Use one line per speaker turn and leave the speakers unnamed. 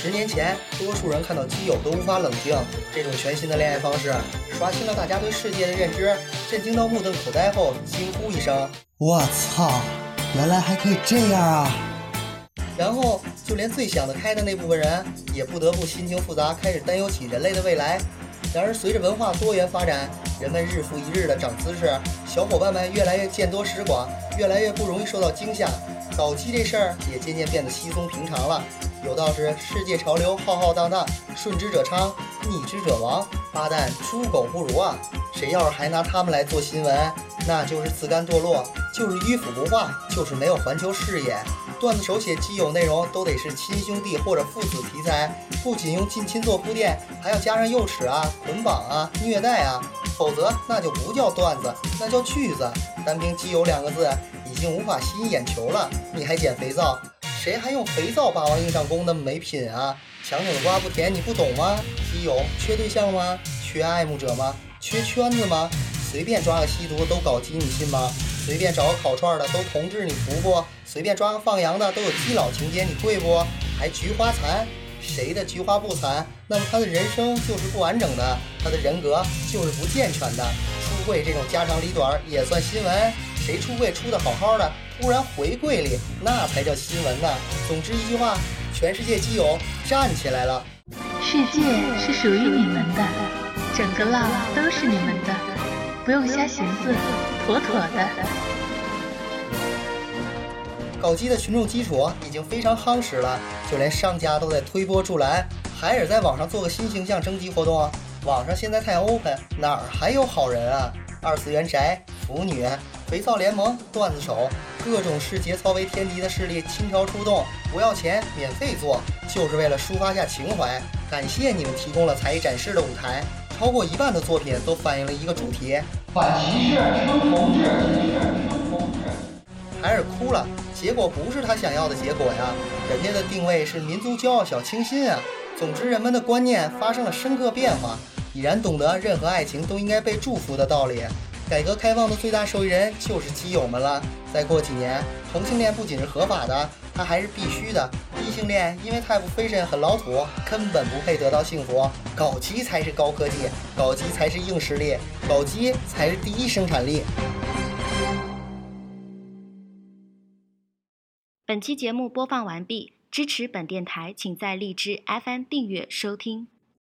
10年前，多数人看到基友都无法冷静，这种全新的恋爱方式刷新了大家对世界的认知，震惊到目瞪口呆后惊呼一声：
我操，原来还可以这样啊！
然后就连最想得开的那部分人也不得不心情复杂，开始担忧起人类的未来。然而随着文化多元发展，人们日复一日的长姿势，小伙伴们越来越见多识广，越来越不容易受到惊吓，搞基这事儿也渐渐变得稀松平常了。有道是世界潮流浩浩荡荡，顺之者昌，逆之者亡，八蛋猪狗不如啊！谁要是还拿他们来做新闻，那就是自甘堕落，就是迂腐不化，就是没有环球视野。段子手写基友内容都得是亲兄弟或者父子题材，不仅用近亲做铺垫，还要加上幼齿啊、捆绑啊、虐待啊，否则那就不叫段子，那叫句子。单凭基友2个字已经无法吸引眼球了，你还捡肥皂？谁还用肥皂霸王硬上弓那么没品啊？强扭的瓜不甜，你不懂吗？基友缺对象吗？缺爱慕者吗？缺圈子吗？随便抓个吸毒都搞基，你信吗？随便找个烤串的都同志，你服不？随便抓个放羊的都有基佬情节，你会不？还菊花残？谁的菊花不残？那么他的人生就是不完整的，他的人格就是不健全的。出柜这种家长里短也算新闻？谁出柜出得好好的，突然回柜里，那才叫新闻呢。总之一句话，全世界基友站起来了。
世界是属于你们的，整个浪都是你们的，不用瞎寻思，妥妥的。
搞基的群众基础已经非常夯实了，就连商家都在推波助澜，海尔在网上做个新形象征集活动啊！网上现在太 open， 哪儿还有好人啊？二次元宅、腐女、肥皂联盟、段子手，各种视节操为天敌的势力倾巢出动，不要钱，免费做，就是为了抒发下情怀。感谢你们提供了才艺展示的舞台，超过1半的作品都反映了一个主题：
反歧视，称同志，
海尔哭了，结果不是他想要的结果呀，人家的定位是民族骄傲小清新啊。总之人们的观念发生了深刻变化，已然懂得任何爱情都应该被祝福的道理。改革开放的最大受益人就是基友们了。再过几年，同性恋不仅是合法的，它还是必须的。异性恋因为太不 fashion 很老土，根本不配得到幸福。搞基才是高科技，搞基才是硬实力，搞基才是第一生产力。
本期节目播放完毕，支持本电台请在荔枝 FM 订阅收听。